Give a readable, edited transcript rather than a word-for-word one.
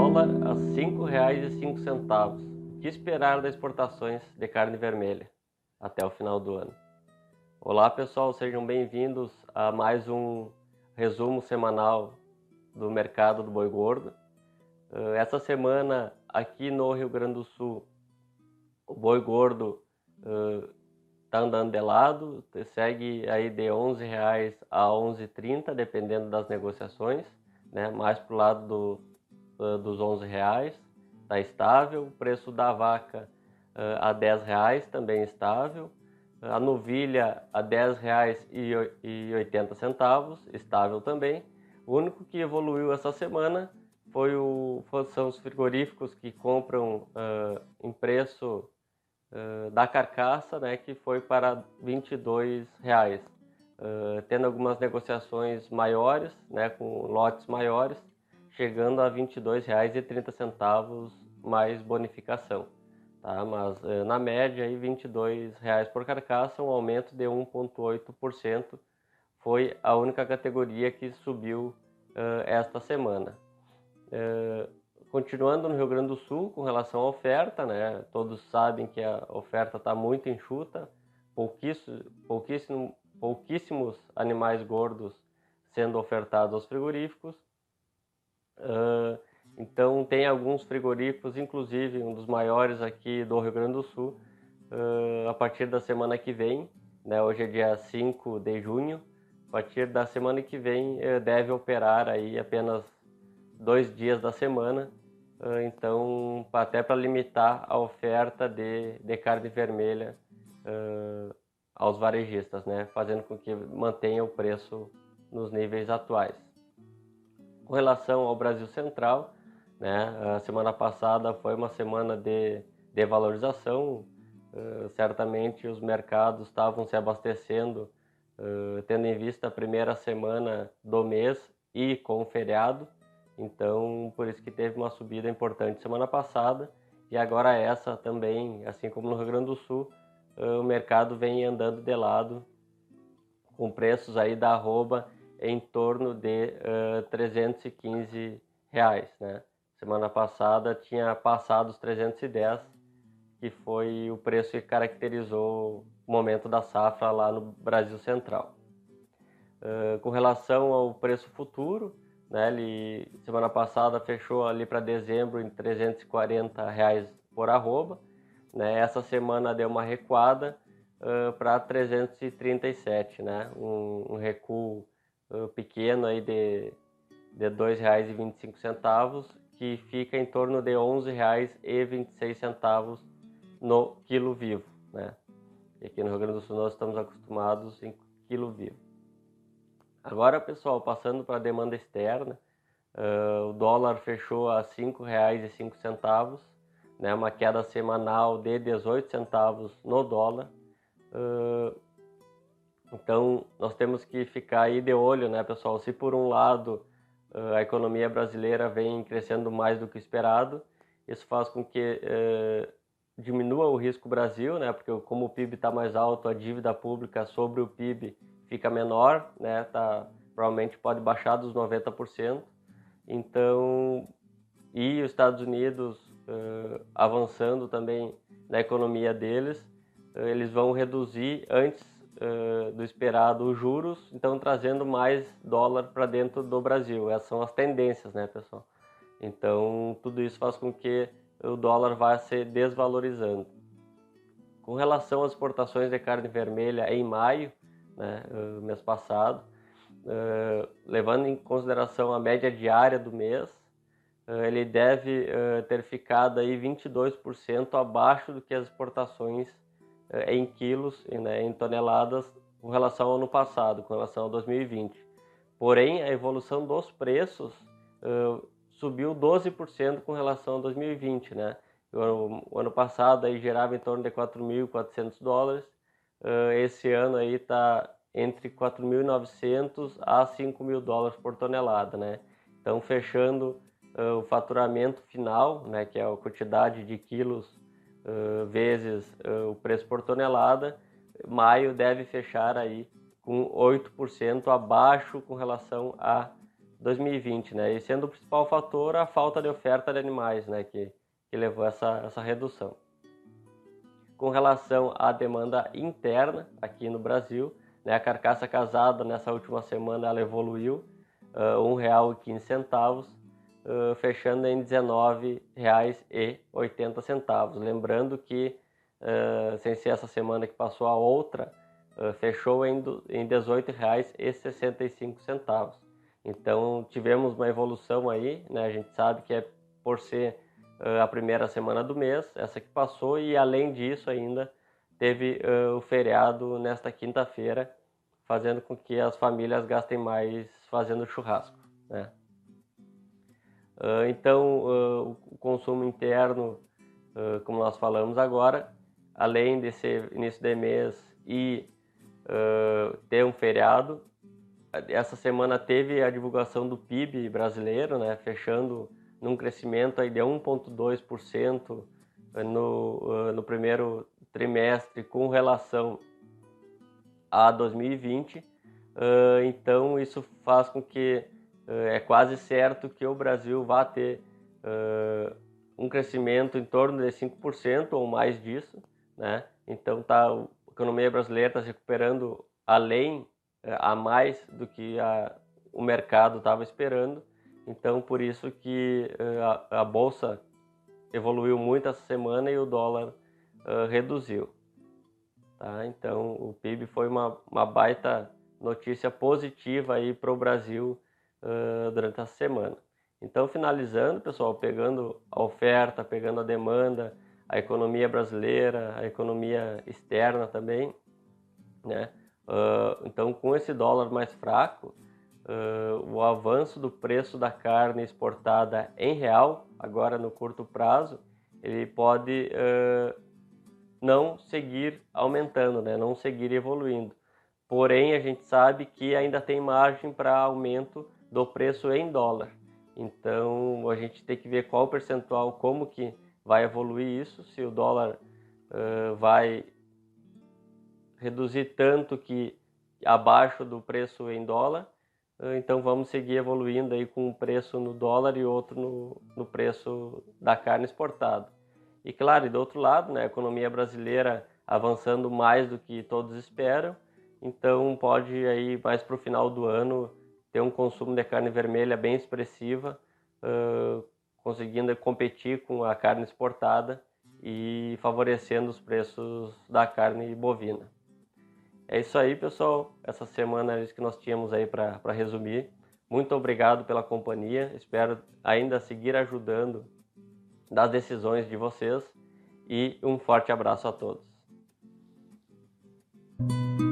dólar a R$ 5,05. O que esperar das exportações de carne vermelha até o final do ano? Olá pessoal, sejam bem-vindos a mais um resumo semanal do mercado do boi gordo. Essa semana aqui no Rio Grande do Sul, o boi gordo está andando de lado, segue aí de R$ 11,00 a R$ 11,30, dependendo das negociações, né? Mais para o lado dos R$ 11,00, está estável. O preço da vaca a R$ 10,00, também estável. A novilha a R$ 10,80, estável também. O único que evoluiu essa semana são os frigoríficos que compram em preço da carcaça, né, que foi para R$ 22,00, tendo algumas negociações maiores, né, com lotes maiores, chegando a R$ 22,30 mais bonificação. Tá? Mas na média aí, R$ 22,00 por carcaça, um aumento de 1,8%, foi a única categoria que subiu esta semana. Continuando no Rio Grande do Sul, com relação à oferta, né? Todos sabem que a oferta está muito enxuta, pouquíssimos animais gordos sendo ofertados aos frigoríficos. Então tem alguns frigoríficos, inclusive um dos maiores aqui do Rio Grande do Sul, a partir da semana que vem, né? Hoje é dia 5 de junho, a partir da semana que vem deve operar aí apenas 2 dias da semana, então até para limitar a oferta de carne vermelha aos varejistas, né? Fazendo com que mantenha o preço nos níveis atuais. Com relação ao Brasil Central, né? A semana passada foi uma semana de valorização, certamente os mercados estavam se abastecendo, tendo em vista a primeira semana do mês e com o feriado. Então, por isso que teve uma subida importante semana passada, e agora essa também, assim como no Rio Grande do Sul, o mercado vem andando de lado, com preços aí da arroba em torno de R$ 315, né? Semana passada tinha passado os 310, que foi o preço que caracterizou o momento da safra lá no Brasil Central. Com relação ao preço futuro, né, ele semana passada fechou ali para dezembro em R$ 340 por arroba, né? Essa semana deu uma recuada para 337, né? Um recuo pequeno aí de R$ 2,25, que fica em torno de R$ 11,26 no quilo vivo, né? E aqui no Rio Grande do Sul nós estamos acostumados em quilo vivo. Agora, pessoal, passando para a demanda externa, o dólar fechou a R$ 5,05, né, uma queda semanal de 18 centavos no dólar. Então, nós temos que ficar aí de olho, né, pessoal? Se por um lado a economia brasileira vem crescendo mais do que esperado, isso faz com que diminua o risco Brasil, né, porque como o PIB está mais alto, a dívida pública sobre o PIB fica menor, né? Provavelmente pode baixar dos 90%. Então, e os Estados Unidos avançando também na economia deles, eles vão reduzir antes do esperado os juros, então trazendo mais dólar para dentro do Brasil. Essas são as tendências, né, pessoal? Então, tudo isso faz com que o dólar vá se desvalorizando. Com relação às exportações de carne vermelha em maio, né, mês passado, levando em consideração a média diária do mês, ele deve ter ficado aí 22% abaixo do que as exportações em quilos, né, em toneladas, com relação ao ano passado, com relação ao 2020. Porém, a evolução dos preços subiu 12% com relação a 2020, né? O ano passado aí gerava em torno de $4.400, esse ano aí está entre 4.900 a $5.000 por tonelada, né? Então, fechando o faturamento final, né, que é a quantidade de quilos vezes o preço por tonelada, maio deve fechar aí com 8% abaixo com relação a 2020, né? E sendo o principal fator a falta de oferta de animais, né? Que levou essa redução. Com relação à demanda interna aqui no Brasil, né? A carcaça casada nessa última semana ela evoluiu R$ 1,15, fechando em R$ 19,80. Lembrando que, sem ser essa semana que passou, a outra fechou em R$ 18,65. Então tivemos uma evolução aí, né? A gente sabe que é por ser a primeira semana do mês, essa que passou, e além disso ainda teve o feriado nesta quinta-feira, fazendo com que as famílias gastem mais fazendo churrasco, né? Então, o consumo interno, como nós falamos agora, além desse início de mês e ter um feriado, essa semana teve a divulgação do PIB brasileiro, né, fechando num crescimento aí de 1,2% no primeiro trimestre com relação a 2020. Então isso faz com que é quase certo que o Brasil vá ter um crescimento em torno de 5% ou mais disso, né? Então a economia brasileira está se recuperando a mais do que o mercado estava esperando. Então por isso que a bolsa evoluiu muito essa semana e o dólar reduziu. Tá? Então o PIB foi uma baita notícia positiva aí para o Brasil durante essa semana. Então, finalizando, pessoal, pegando a oferta, pegando a demanda, a economia brasileira, a economia externa também, né? Então, com esse dólar mais fraco, o avanço do preço da carne exportada em real, agora no curto prazo, ele pode não seguir aumentando, né? Não seguir evoluindo. Porém, a gente sabe que ainda tem margem para aumento do preço em dólar. Então, a gente tem que ver qual o percentual, como que vai evoluir isso, se o dólar vai reduzir tanto que abaixo do preço em dólar, então vamos seguir evoluindo aí com um preço no dólar e outro no preço da carne exportada. E claro, e do outro lado, né, a economia brasileira avançando mais do que todos esperam, então pode aí mais para o final do ano ter um consumo de carne vermelha bem expressiva, conseguindo competir com a carne exportada e favorecendo os preços da carne bovina. É isso aí, pessoal. Essa semana é isso que nós tínhamos aí para resumir. Muito obrigado pela companhia. Espero ainda seguir ajudando das decisões de vocês e um forte abraço a todos.